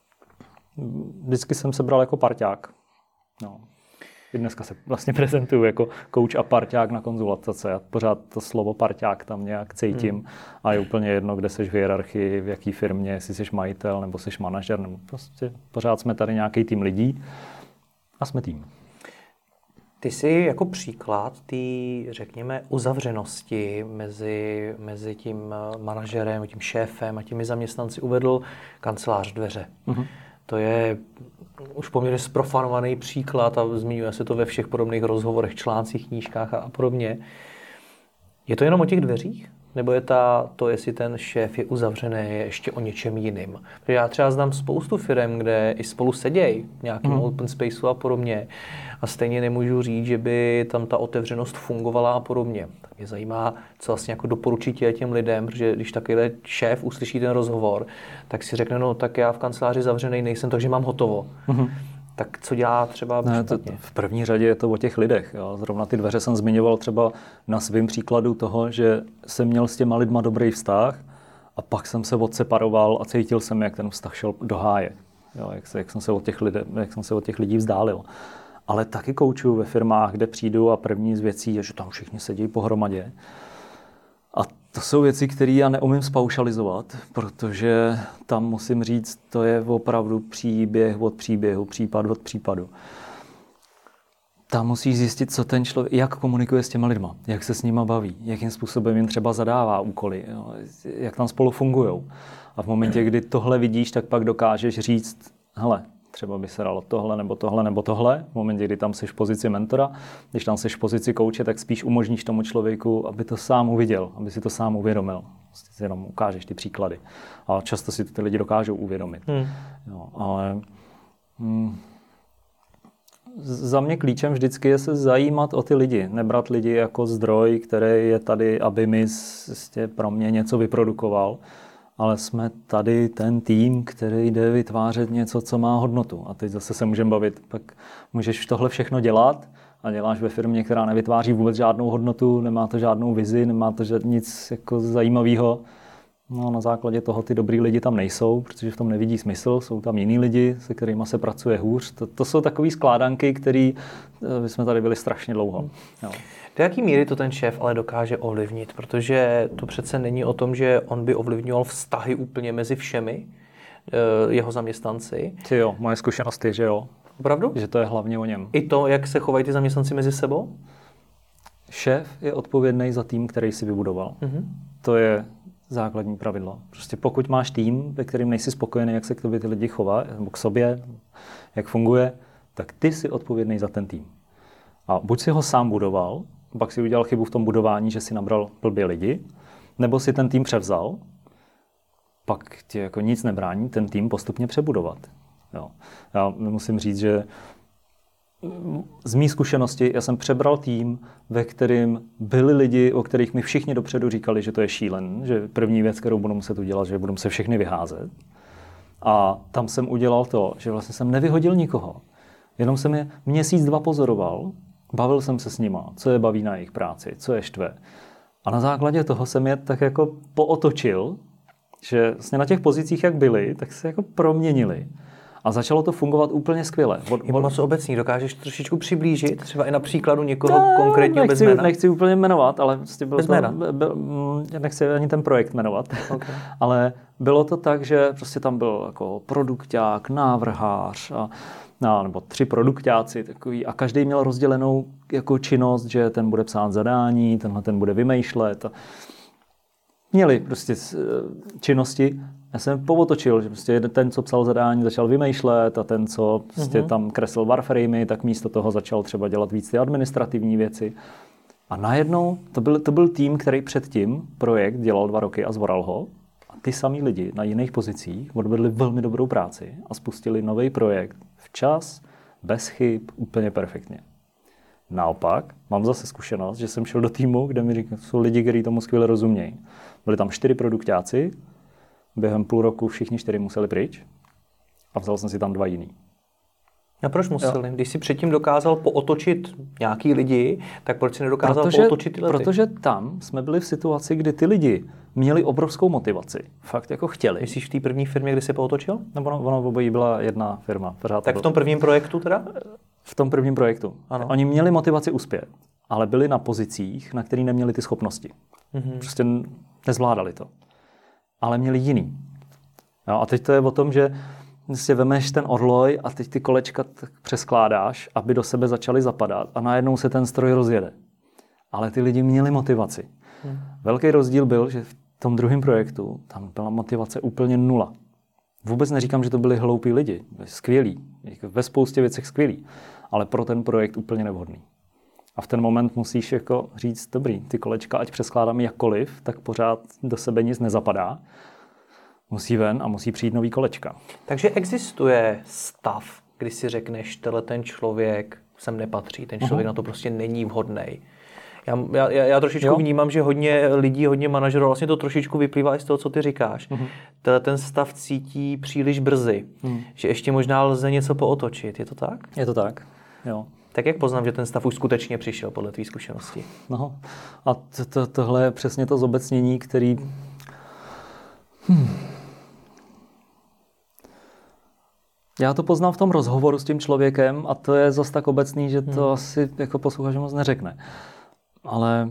vždycky jsem se bral jako parťák. No. I dneska se vlastně prezentuju jako coach a parťák na konzultace. Já pořád to slovo parťák tam nějak cítím a je úplně jedno, kde seš v hierarchii, v jaký firmě, jestli seš majitel nebo seš manažer, nebo prostě pořád jsme tady nějaký tým lidí a jsme tým. Ty jsi jako příklad té, řekněme, uzavřenosti mezi tím manažerem, tím šéfem a těmi zaměstnanci uvedl kancelář dveře. To je už poměrně zprofanovaný příklad a zmiňuje se to ve všech podobných rozhovorech, článcích, knížkách a podobně. Je to jenom o těch dveřích? Nebo je to, jestli ten šéf je uzavřený, je ještě o něčem jiným? Protože já třeba znám spoustu firem, kde i spolu sedějí v nějakém open spaceu a podobně. A stejně nemůžu říct, že by tam ta otevřenost fungovala a podobně. Tak mě zajímá, co vlastně jako doporučit těm lidem, protože když takovýhle šéf uslyší ten rozhovor, tak si řekne, no tak já v kanceláři zavřený nejsem, takže mám hotovo. Tak co dělá třeba případně? V první řadě je to o těch lidech. Jo. Zrovna ty dveře jsem zmiňoval třeba na svém příkladu toho, že jsem měl s těma lidma dobrý vztah a pak jsem se odseparoval a cítil jsem, jak ten vztah šel do háje. Jo, jak jsem se od těch lidí vzdálil. Ale taky koučuju ve firmách, kde přijdu a první z věcí je, že tam všichni sedí pohromadě. A to jsou věci, které já neumím spaušalizovat, protože tam musím říct, to je opravdu příběh od příběhu, případ od případu. tam musíš zjistit, co ten člověk, jak komunikuje s těma lidma, jak se s nima baví, jakým způsobem jim třeba zadává úkoly, jo, jak tam spolu fungujou. A v momentě, kdy tohle vidíš, tak pak dokážeš říct, hele, třeba by se dalo tohle, nebo tohle, nebo tohle. V momentě, kdy tam jsi v pozici mentora, když tam jsi v pozici kouče, tak spíš umožníš tomu člověku, aby to sám uviděl, aby si to sám uvědomil. Prostě si jenom ukážeš ty příklady. A často si to ty lidi dokážou uvědomit. Jo, ale za mě klíčem vždycky je se zajímat o ty lidi. Nebrat lidi jako zdroj, který je tady, aby mi pro mě něco vyprodukoval. Ale jsme tady ten tým, který jde vytvářet něco, co má hodnotu. A teď zase se můžeme bavit, pak můžeš tohle všechno dělat a děláš ve firmě, která nevytváří vůbec žádnou hodnotu, nemá to žádnou vizi, nemá to nic jako zajímavého. No, na základě toho ty dobrý lidi tam nejsou, protože v tom nevidí smysl, jsou tam jiní lidi, se kterými se pracuje hůř. To jsou takové skládanky, které jsme tady byli strašně dlouho. Jo. Do jaký míry to ten šéf ale dokáže ovlivnit? Protože to přece není o tom, že on by ovlivňoval vztahy úplně mezi všemi jeho zaměstnanci. Ty jo, moje zkušenost je, že jo. Opravdu? Že to je hlavně o něm. I to, jak se chovají ty zaměstnanci mezi sebou? Šéf je odpovědný za tým, který si vybudoval. To je základní pravidlo. Prostě pokud máš tým, ve kterým nejsi spokojený, jak se k tobě ty lidi chovají, nebo k sobě, jak funguje, tak ty jsi odpovědný za ten tým. A buď si ho sám budoval, pak si udělal chybu v tom budování, že si nabral blbě lidi, nebo si ten tým převzal, pak ti jako nic nebrání ten tým postupně přebudovat. Jo. Já musím říct, že z mý zkušenosti já jsem přebral tým, ve kterém byli lidi, o kterých mi všichni dopředu říkali, že to je šílen, že první věc, kterou budu muset udělat, že budu muset všechny vyházet. A tam jsem udělal to, že vlastně jsem nevyhodil nikoho. Jenom jsem je měsíc, 2 pozoroval, bavil jsem se s nima, co je baví na jejich práci, co je štve. A na základě toho jsem je tak jako pootočil, že vlastně na těch pozicích, jak byli, tak se jako proměnili. A začalo to fungovat úplně skvěle. Je moc obecný, dokážeš trošičku přiblížit, třeba i na příkladu někoho konkrétního bez jména? Nechci úplně jmenovat, ale prostě nechci ani ten projekt jmenovat. Okay. Ale bylo to tak, že prostě tam byl jako produkťák, návrhář nebo 3 produkťáci takový a každý měl rozdělenou jako činnost, že ten bude psát zadání, tenhle ten bude vymýšlet. Měli prostě činnosti. Já jsem pootočil, že prostě ten, co psal zadání, začal vymýšlet a ten, co prostě tam kreslil warframey, tak místo toho začal třeba dělat víc ty administrativní věci. A najednou to byl tým, který předtím projekt dělal 2 roky a zvoral ho. A ty samý lidi na jiných pozicích odvedli velmi dobrou práci a spustili nový projekt včas, bez chyb, úplně perfektně. Naopak, mám zase zkušenost, že jsem šel do týmu, kde mi říkají, jsou lidi, kteří tomu skvěle rozumějí. Byli tam 4 produkťáci, během půl roku všichni 4 museli pryč a vzal jsem si tam 2 jiný. A proč museli? Jo. Když si předtím dokázal pootočit nějaký lidi, tak proč si nedokázal pootočit tyhle? Protože tam jsme byli v situaci, kdy ty lidi měli obrovskou motivaci. Fakt jako chtěli. Myslíš v té první firmě, kdy jsi pootočil? Nebo ono obojí byla jedna firma. Tak v tom prvním projektu teda? V tom prvním projektu. Ano. Oni měli motivaci uspět, ale byli na pozicích, na které neměli ty schopnosti. Prostě nezvládali to. Ale měli jiný. No, a teď to je o tom, že si vemeš ten orloj a teď ty kolečka přeskládáš, aby do sebe začaly zapadat a najednou se ten stroj rozjede. Ale ty lidi měli motivaci. Velký rozdíl byl, že v tom druhém projektu tam byla motivace úplně 0. Vůbec neříkám, že to byli hloupí lidi. Skvělí. Ve spoustě věcech skvělí. Ale pro ten projekt úplně nevhodný. A v ten moment musíš jako říct, dobrý, ty kolečka, ať přeskládám jakkoliv, tak pořád do sebe nic nezapadá. Musí ven a musí přijít nový kolečka. Takže existuje stav, kdy si řekneš, ten člověk sem nepatří, ten člověk na to prostě není vhodnej. Já trošičku vnímám, že hodně lidí, hodně manažerů, vlastně to trošičku vyplývá i z toho, co ty říkáš. Ten stav cítí příliš brzy, že ještě možná lze něco pootočit. Je to tak? Je to tak, jo. Tak jak poznám, že ten stav už skutečně přišel podle tvý zkušenosti? No, a tohle je přesně to zobecnění, který... Já to poznám v tom rozhovoru s tím člověkem a to je zas tak obecný, že to asi jako posluchač moc neřekne. Ale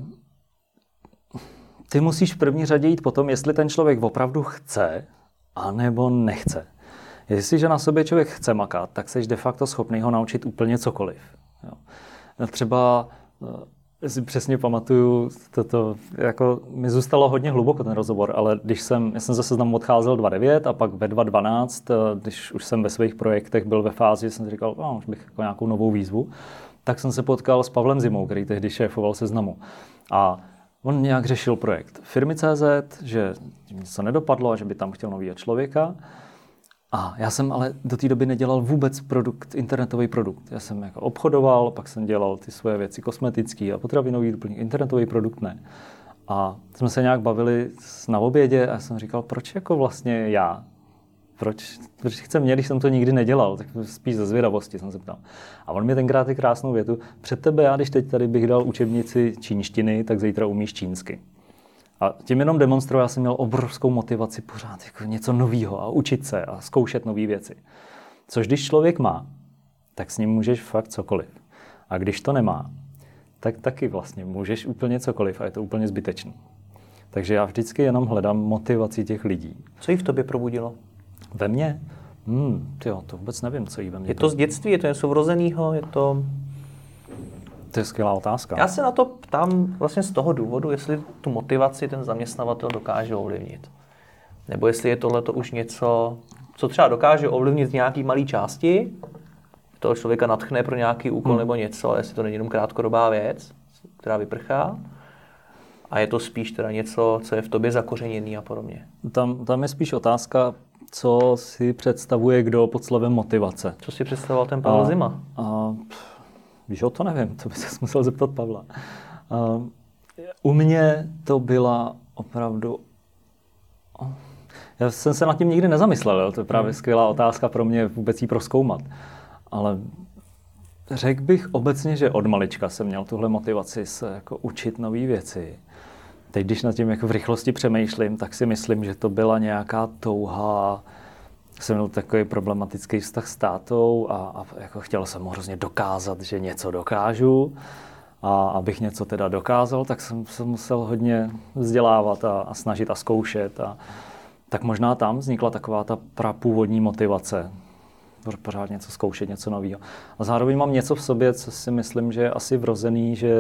ty musíš v první řadě jít po tom, jestli ten člověk opravdu chce, anebo nechce. Jestliže na sobě člověk chce makat, tak seš de facto schopný ho naučit úplně cokoliv. Jo. Třeba si přesně pamatuju, jako mi zůstalo hodně hluboko ten rozhovor, ale já jsem zase tam odcházel 2009 a pak ve 2012, když už jsem ve svých projektech byl ve fázi, jsem si říkal, už bych jako nějakou novou výzvu, tak jsem se potkal s Pavlem Zimou, který tehdy šéfoval Seznamu. A on nějak řešil projekt Firmy.cz, že něco nedopadlo a že by tam chtěl novýho člověka. A já jsem ale do té doby nedělal vůbec internetový produkt. Já jsem jako obchodoval, pak jsem dělal ty svoje věci kosmetický a potravinový doplněk, internetový produkt ne. A jsme se nějak bavili na obědě a já jsem říkal, proč jako vlastně já? Proč chce mě, když jsem to nikdy nedělal? Tak spíš ze zvědavosti jsem se ptal. A on mi tenkrát krásnou větu, před tebe já, když teď tady bych dal učebnici čínštiny, tak zítra umíš čínsky. A tím jenom demonstroval, já jsem měl obrovskou motivaci pořád jako něco nového a učit se a zkoušet nové věci. Což když člověk má, tak s ním můžeš fakt cokoliv. A když to nemá, tak taky vlastně můžeš úplně cokoliv a je to úplně zbytečný. Takže já vždycky jenom hledám motivaci těch lidí. Co jí v tobě probudilo? Ve mně? To vůbec nevím, co jí ve mně. Je to z dětství, je to něco vrozeného, je to... To je skvělá otázka. Já se na to ptám vlastně z toho důvodu, jestli tu motivaci ten zaměstnavatel dokáže ovlivnit. Nebo jestli je tohleto už něco, co třeba dokáže ovlivnit z nějaký malý části, toho člověka natchne pro nějaký úkol nebo něco, ale jestli to není jenom krátkodobá věc, která vyprchá. A je to spíš teda něco, co je v tobě zakořeněný a podobně. Tam je spíš otázka, co si představuje kdo pod slovem motivace. Co si představoval ten Pavel Zima? Víš, o to nevím, to by se musel zeptat Pavla. U mě to byla opravdu... Já jsem se nad tím nikdy nezamyslel, to je právě skvělá otázka pro mě vůbec jí prozkoumat. Ale řekl bych obecně, že od malička jsem měl tuhle motivaci se jako učit nové věci. Teď, když nad tím jako v rychlosti přemýšlím, tak si myslím, že to byla nějaká touha. Jsem měl takový problematický vztah s tátou a jako chtěl jsem mu hrozně dokázat, že něco dokážu. A abych něco teda dokázal, tak jsem se musel hodně vzdělávat a snažit a zkoušet. A tak možná tam vznikla taková ta prapůvodní motivace. Pořád něco zkoušet, něco nového. A zároveň mám něco v sobě, co si myslím, že je asi vrozený, že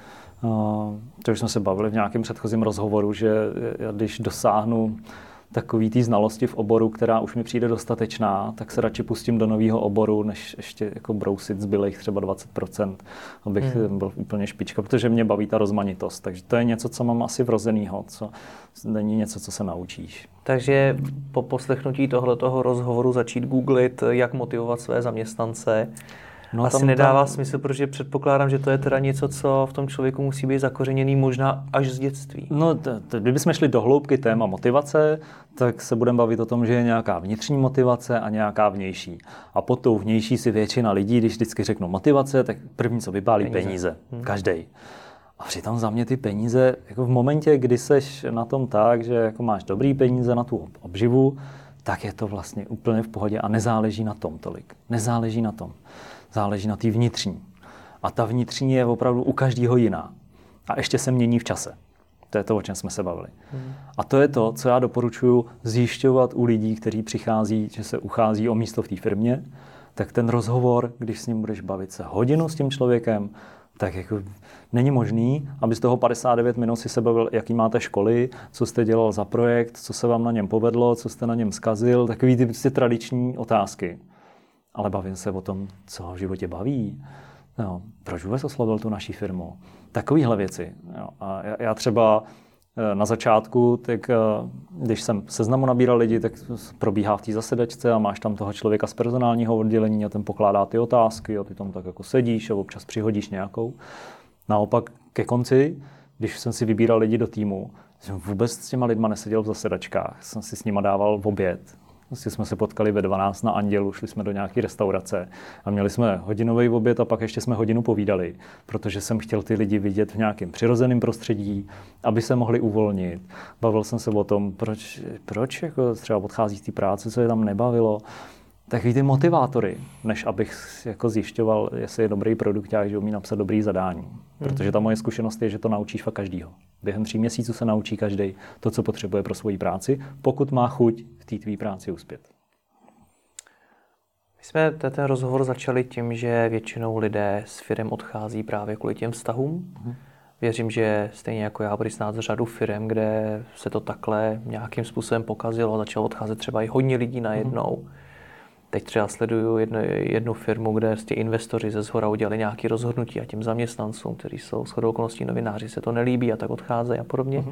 to už jsme se bavili v nějakém předchozím rozhovoru, že já, když dosáhnu takový té znalosti v oboru, která už mi přijde dostatečná, tak se radši pustím do nového oboru, než ještě jako brousit zbylejch třeba 20%, abych byl úplně špička, protože mě baví ta rozmanitost. Takže to je něco, co mám asi vrozenýho, co není něco, co se naučíš. Takže po poslechnutí tohoto rozhovoru začít googlit, jak motivovat své zaměstnance, asi nedává smysl, protože předpokládám, že to je teda něco, co v tom člověku musí být zakořeněný možná až z dětství. No, kdybychom šli do hloubky téma motivace, tak se budeme bavit o tom, že je nějaká vnitřní motivace a nějaká vnější. A pod tou vnější si většina lidí, když vždycky řeknou motivace, tak první, co vypálí, peníze. Každej. A přitom za mě ty peníze, jako v momentě, kdy seš na tom tak, že jako máš dobrý peníze na tu obživu, tak je to vlastně úplně v pohodě a nezáleží na tom tolik. Nezáleží na tom. Záleží na té vnitřní. A ta vnitřní je opravdu u každého jiná. A ještě se mění v čase. To je to, o čem jsme se bavili. A to je to, co já doporučuji zjišťovat u lidí, kteří přichází, že se uchází o místo v té firmě, tak ten rozhovor, když s ním budeš bavit se hodinu s tím člověkem, tak jako není možný, aby z toho 59 minut si se bavil, jaký máte školy, co jste dělal za projekt, co se vám na něm povedlo, co jste na něm zkazil, takový ty prostě tradiční otázky. Ale bavím se o tom, co ho v životě baví. No, proč vůbec oslovil tu naší firmu? Takovýhle věci. Jo. A já třeba na začátku, tak když jsem Seznamu nabíral lidi, tak probíhá v té zasedačce a máš tam toho člověka z personálního oddělení a ten pokládá ty otázky a ty tam tak jako sedíš a občas přihodíš nějakou. Naopak ke konci, když jsem si vybíral lidi do týmu, jsem vůbec s těma lidma neseděl v zasedačkách, jsem si s nima dával v oběd. Vlastně jsme se potkali ve 12 na Andělu, šli jsme do nějaké restaurace a měli jsme hodinový oběd a pak ještě jsme hodinu povídali, protože jsem chtěl ty lidi vidět v nějakém přirozeném prostředí, aby se mohli uvolnit. Bavil jsem se o tom, proč jako třeba odchází z té práce, co je tam nebavilo. Takový ty motivátory, než abych jako zjišťoval, jestli je dobrý produkták, že umí napsat dobrý zadání. Protože ta moje zkušenost je, že to naučíš fakt každýho. Během 3 měsíců se naučí každý to, co potřebuje pro svoji práci, pokud má chuť v té tvý práci uspět. My jsme ten rozhovor začali tím, že většinou lidé s firem odchází právě kvůli těm vztahům. Věřím, že stejně jako já budu znát řadu firem, kde se to takhle nějakým způsobem pokazilo a začalo odcházet třeba i hodně lidí najednou. Teď třeba sleduju jednu firmu, kde investoři ze shora udělali nějaké rozhodnutí a těm zaměstnancům, kteří jsou shodou okolností novináři, se to nelíbí a tak odcházejí a podobně.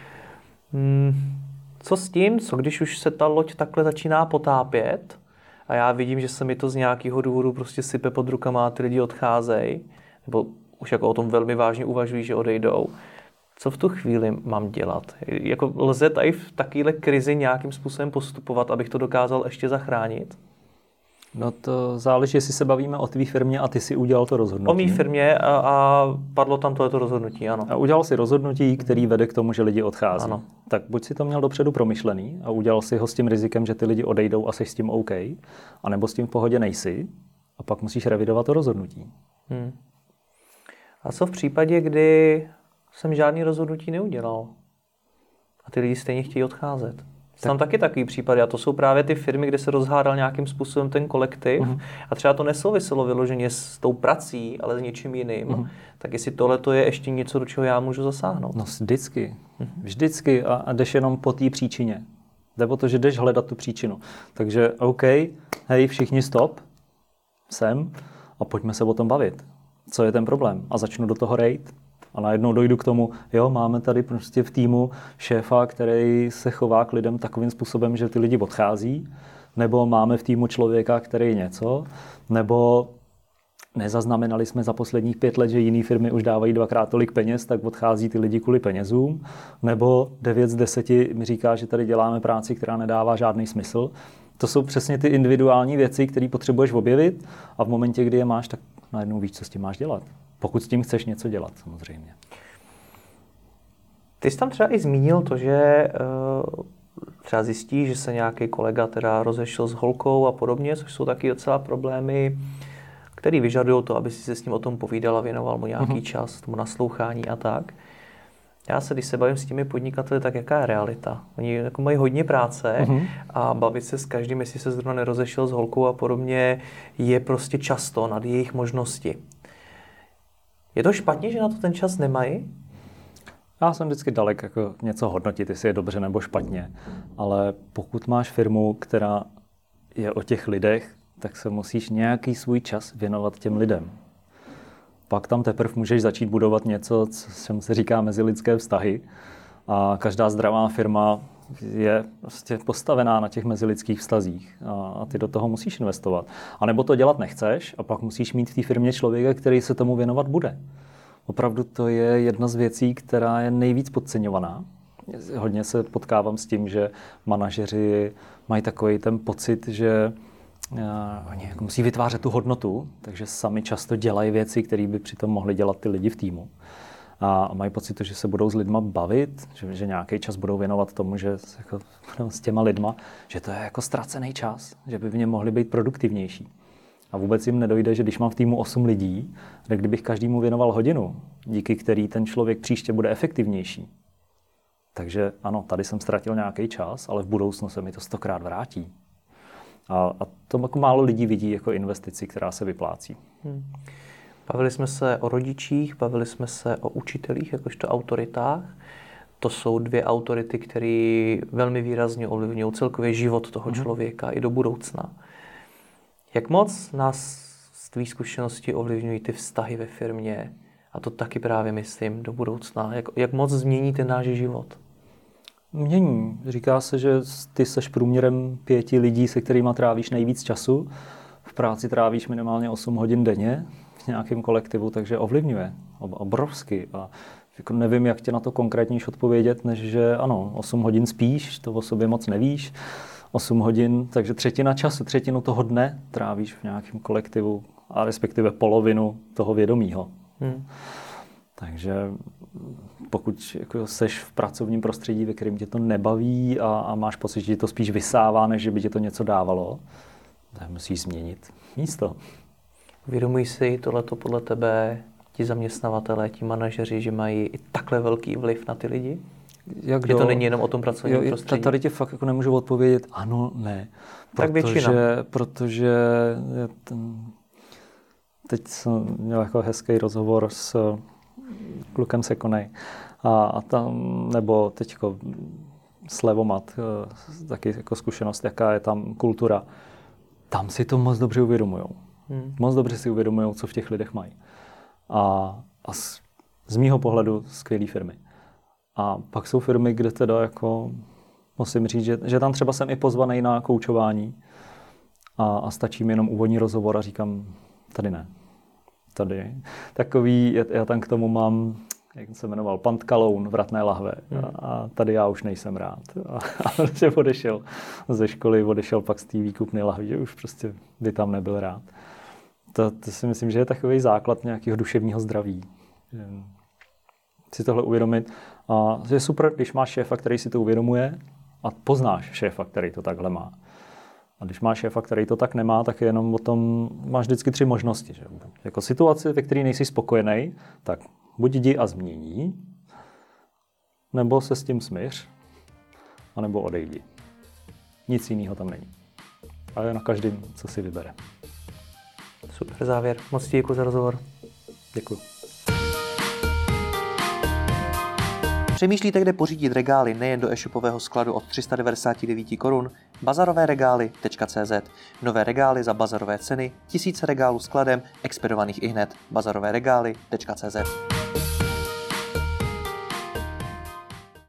Co s tím? Co když už se ta loď takhle začíná potápět a já vidím, že se mi to z nějakého důvodu prostě sype pod rukama a ty lidi odcházejí, nebo už jako o tom velmi vážně uvažují, že odejdou. Co v tu chvíli mám dělat? Jako lze tady v takovéhle krizi nějakým způsobem postupovat, abych to dokázal ještě zachránit? No to záleží, jestli se bavíme o tvý firmě a ty si udělal to rozhodnutí. O mý firmě a padlo tam tohleto rozhodnutí, ano. A udělal si rozhodnutí, který vede k tomu, že lidi odchází. Ano. Tak buď si to měl dopředu promyšlený a udělal si ho s tím rizikem, že ty lidi odejdou a jsi s tím OK, anebo s tím v pohodě nejsi a pak musíš revidovat to rozhodnutí. A co v případě, kdy jsem žádný rozhodnutí neudělal a ty lidi stejně chtějí odcházet? Tam taky takový případy a to jsou právě ty firmy, kde se rozhádal nějakým způsobem ten kolektiv a třeba to nesouviselo vyloženě s tou prací, ale s něčím jiným. Tak jestli tohle je ještě něco, do čeho já můžu zasáhnout? No vždycky. Vždycky a jdeš jenom po té příčině. Jde o to, že jdeš hledat tu příčinu. Takže OK, hej, všichni stop, sem a pojďme se o tom bavit. Co je ten problém? A začnu do toho rejt. A najednou dojdu k tomu, jo, máme tady prostě v týmu šéfa, který se chová k lidem takovým způsobem, že ty lidi odchází, nebo máme v týmu člověka, který něco, nebo nezaznamenali jsme za posledních 5 let, že jiné firmy už dávají 2x tolik peněz, tak odchází ty lidi kvůli penězům, nebo 9 z 10 mi říká, že tady děláme práci, která nedává žádný smysl. To jsou přesně ty individuální věci, které potřebuješ objevit a v momentě, kdy je máš, tak najednou víš, co s tím máš dělat. Pokud s tím chceš něco dělat, samozřejmě. Ty jsi tam třeba i zmínil to, že třeba zjistí, že se nějaký kolega teda rozešel s holkou a podobně, což jsou taky docela problémy, které vyžadují to, aby si se s ním o tom povídal a věnoval mu nějaký čas, tomu naslouchání a tak. Já se, když se bavím s těmi podnikateli, tak jaká je realita? Oni jako mají hodně práce a bavit se s každým, jestli se zrovna nerozešel s holkou a podobně, je prostě často nad jejich možnosti. Je to špatně, že na to ten čas nemají? Já jsem vždycky dalek jako něco hodnotit, jestli je dobře nebo špatně. Ale pokud máš firmu, která je o těch lidech, tak se musíš nějaký svůj čas věnovat těm lidem. Pak tam teprve můžeš začít budovat něco, co se říká mezilidské vztahy. A každá zdravá firma je prostě postavená na těch mezilidských vztazích. A ty do toho musíš investovat. A nebo to dělat nechceš a pak musíš mít v té firmě člověka, který se tomu věnovat bude. Opravdu to je jedna z věcí, která je nejvíc podceňovaná. Hodně se potkávám s tím, že manažeři mají takový ten pocit, že oni jako musí vytvářet tu hodnotu, takže sami často dělají věci, které by přitom mohli dělat ty lidi v týmu. A mají pocit, že se budou s lidma bavit, že nějaký čas budou věnovat tomu, že jako s těma lidma, že to je jako ztracený čas, že by v něm mohli být produktivnější. A vůbec jim nedojde, že když mám v týmu 8 lidí, tak kdybych každému věnoval hodinu, díky který ten člověk příště bude efektivnější. Takže ano, tady jsem ztratil nějaký čas, ale v budoucnu se mi to 100krát vrátí. A to jako málo lidí vidí jako investici, která se vyplácí. Bavili jsme se o rodičích, bavili jsme se o učitelích, jakožto autoritách. To jsou 2 autority, které velmi výrazně ovlivňují celkově život toho člověka i do budoucna. Jak moc nás z tvých zkušeností ovlivňují ty vztahy ve firmě? A to taky právě myslím do budoucna. Jak moc změní ten náš život? Mění. Říká se, že ty seš průměrem 5 lidí, se kterými trávíš nejvíc času. V práci trávíš minimálně 8 hodin denně v nějakém kolektivu, takže ovlivňuje obrovsky. A jako nevím, jak tě na to konkrétnější odpovědět, než že ano, 8 hodin spíš, to o sobě moc nevíš. 8 hodin, takže třetina času, třetinu toho dne trávíš v nějakém kolektivu a respektive polovinu toho vědomího. Takže pokud jako seš v pracovním prostředí, ve kterém tě to nebaví a máš pocit, že ti to spíš vysává, než že by ti to něco dávalo, tak musíš změnit místo. Uvědomují si tohleto podle tebe ti zaměstnavatelé, ti manažeři, že mají i takhle velký vliv na ty lidi? Že to není jenom o tom pracovním prostředí. Tady ti fakt jako nemůžu odpovědět ano, ne. Tak většina. Protože teď jsem měl jako hezký rozhovor s klukem Sekonej a tam, nebo teďko Slevomat, taky jako zkušenost, jaká je tam kultura. Tam si to moc dobře uvědomujou. Moc dobře si uvědomujou, co v těch lidech mají. A z mýho pohledu skvělý firmy. A pak jsou firmy, kde teda jako musím říct, že tam třeba jsem i pozvaný na koučování a stačí mi jenom úvodní rozhovor a říkám, tady ne. Tady. Takový, já tam k tomu mám, jak se jmenoval, Pantkaloun, Vratné lahve. A tady já už nejsem rád. A protože odešel ze školy, odešel pak z té výkupné lahvy, že už prostě by tam nebyl rád. To si myslím, že je takový základ nějakého duševního zdraví. Si tohle uvědomit. A je super, když máš šéfa, který si to uvědomuje a poznáš šéfa, který to takhle má. A když máš šéfa, který to tak nemá, tak je jenom o tom, máš vždycky 3 možnosti. Že? Jako situaci, ve které nejsi spokojený, tak buď jdi a změní, nebo se s tím smíř, anebo odejdi. Nic jiného tam není. A je na každém, co si vybere. Super závěr. Moc ti děkuji za rozhovor. Děkuji. Přemýšlíte, kde pořídit regály nejen do e-shopového skladu od 399 korun? Bazarovéregály.cz. Nové regály za bazarové ceny, tisíce regálů skladem, expedovaných ihned. Bazarovéregály.cz.